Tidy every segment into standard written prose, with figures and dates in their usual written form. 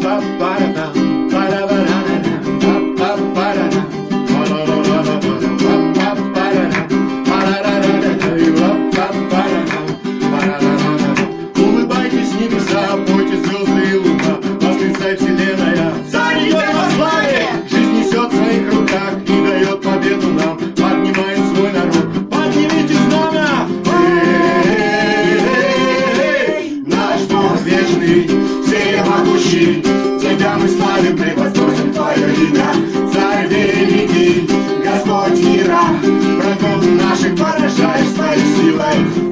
Улыбайтесь, небеса, пойте звезды и луна, воскресай вселенная, царь идет во славе, жизнь несет в своих руках и дает победу нам, поднимает свой народ, поднимите знамя! Наш Бог вечный, всемогущий, тебя мы славим, превозносим твое имя, царь великий, Господь мира, врагов наших поражаешь своей силой.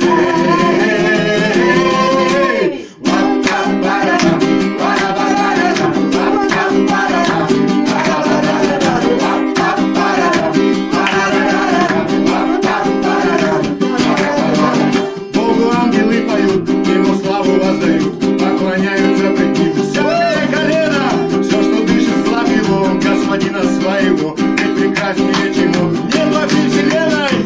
Богу ангелы поют, ему славу воздают, поклоняются пред ним всякое колено, все, что дышит, славь его, Господина своего, ведь прекраснее, чему нет во всей вселенной.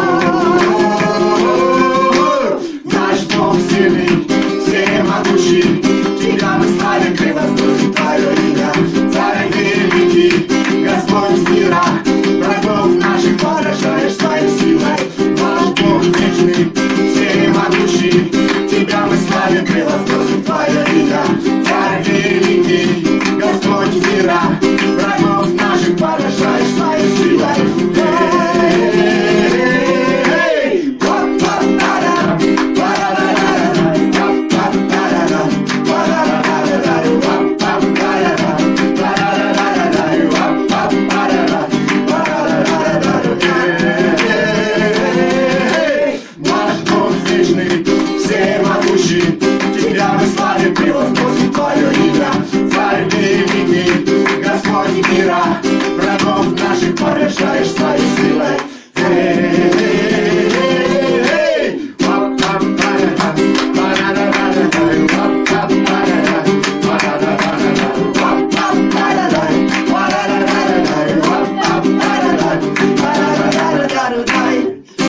Наш Бог сильный, всемогущий, тебя мы славим, превозносим твое имя, царь великий, Господь мира, врагов наших поражаешь своей силой. Наш Бог вечный, всемогущий, тебя мы славим, превозносим твое имя, царь великий, Господь мира, врагов наших поражаешь своей силой. Тебя мы славим, превозносим твое имя, царь великий, Господь мира, врагов наших поражаешь своей